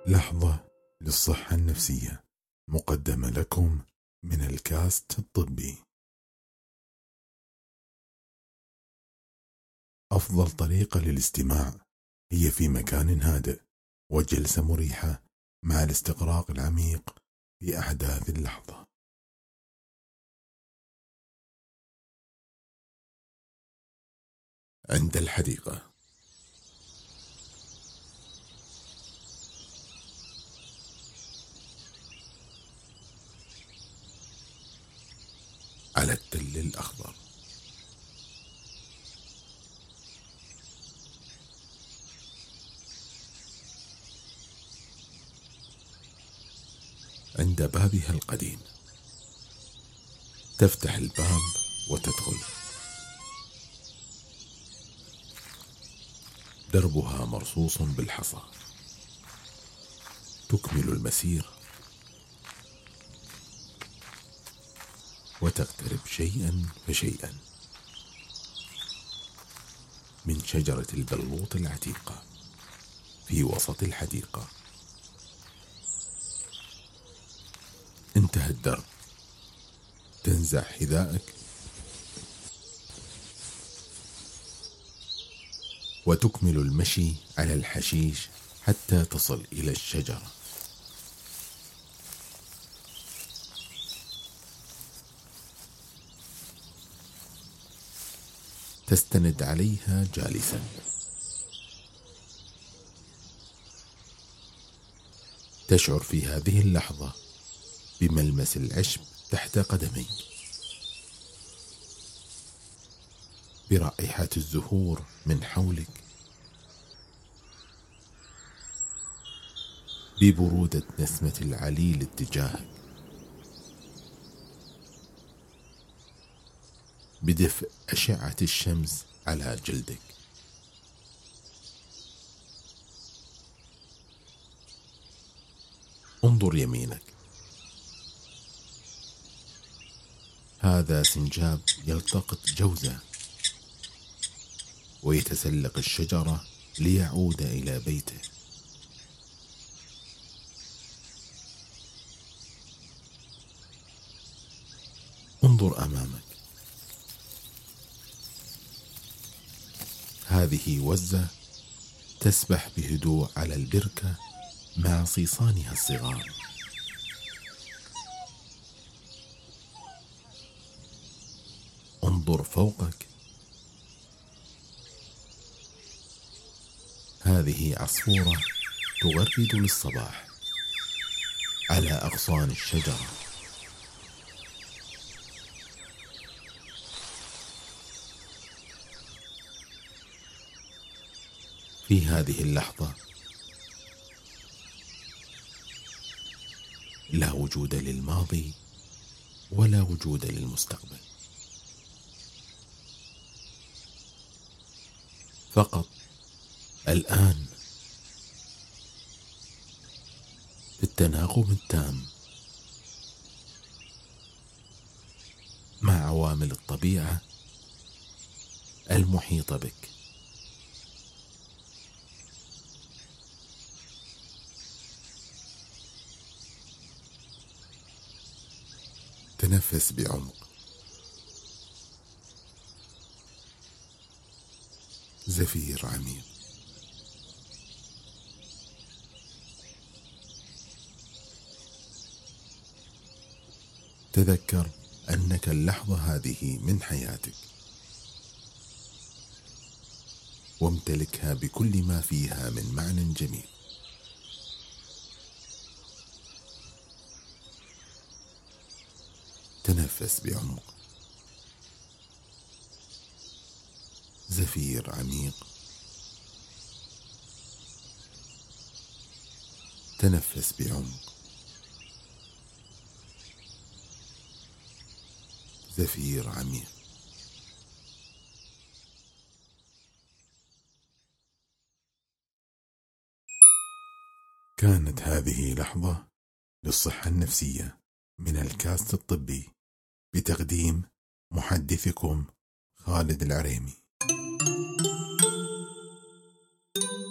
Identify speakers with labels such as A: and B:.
A: لحظة للصحة النفسية، مقدمة لكم من الكاست الطبي. أفضل طريقة للاستماع هي في مكان هادئ وجلسة مريحة مع الاستغراق العميق في أحداث اللحظة. عند الحديقة، على التل الأخضر، عند بابها القديم. تفتح الباب وتدخل. دربها مرصوص بالحصى. تكمل المسير وتقترب شيئا فشيئا من شجرة البلوط العتيقة في وسط الحديقة. انتهى الدرب. تنزع حذاءك وتكمل المشي على الحشيش حتى تصل إلى الشجرة. تستند عليها جالسا. تشعر في هذه اللحظة بملمس العشب تحت قدميك، برائحة الزهور من حولك، ببرودة نسمة العليل اتجاهك، بدفء أشعة الشمس على جلدك. انظر يمينك. هذا سنجاب يلتقط جوزة ويتسلق الشجرة ليعود إلى بيته. انظر أمامك. هذه وزة تسبح بهدوء على البركة مع صيصانها الصغار. انظر فوقك. هذه عصفورة تغرد للصباح على أغصان الشجرة. في هذه اللحظة لا وجود للماضي ولا وجود للمستقبل، فقط الآن في التناغم التام مع عوامل الطبيعة المحيطة بك. تنفس بعمق. زفير عميق. تذكر أنك اللحظة هذه من حياتك، وامتلكها بكل ما فيها من معنى جميل. تنفس بعمق. زفير عميق. تنفس بعمق. زفير عميق. كانت هذه لحظة للصحة النفسية من الكاست الطبي، بتقديم محدثكم خالد العريمي.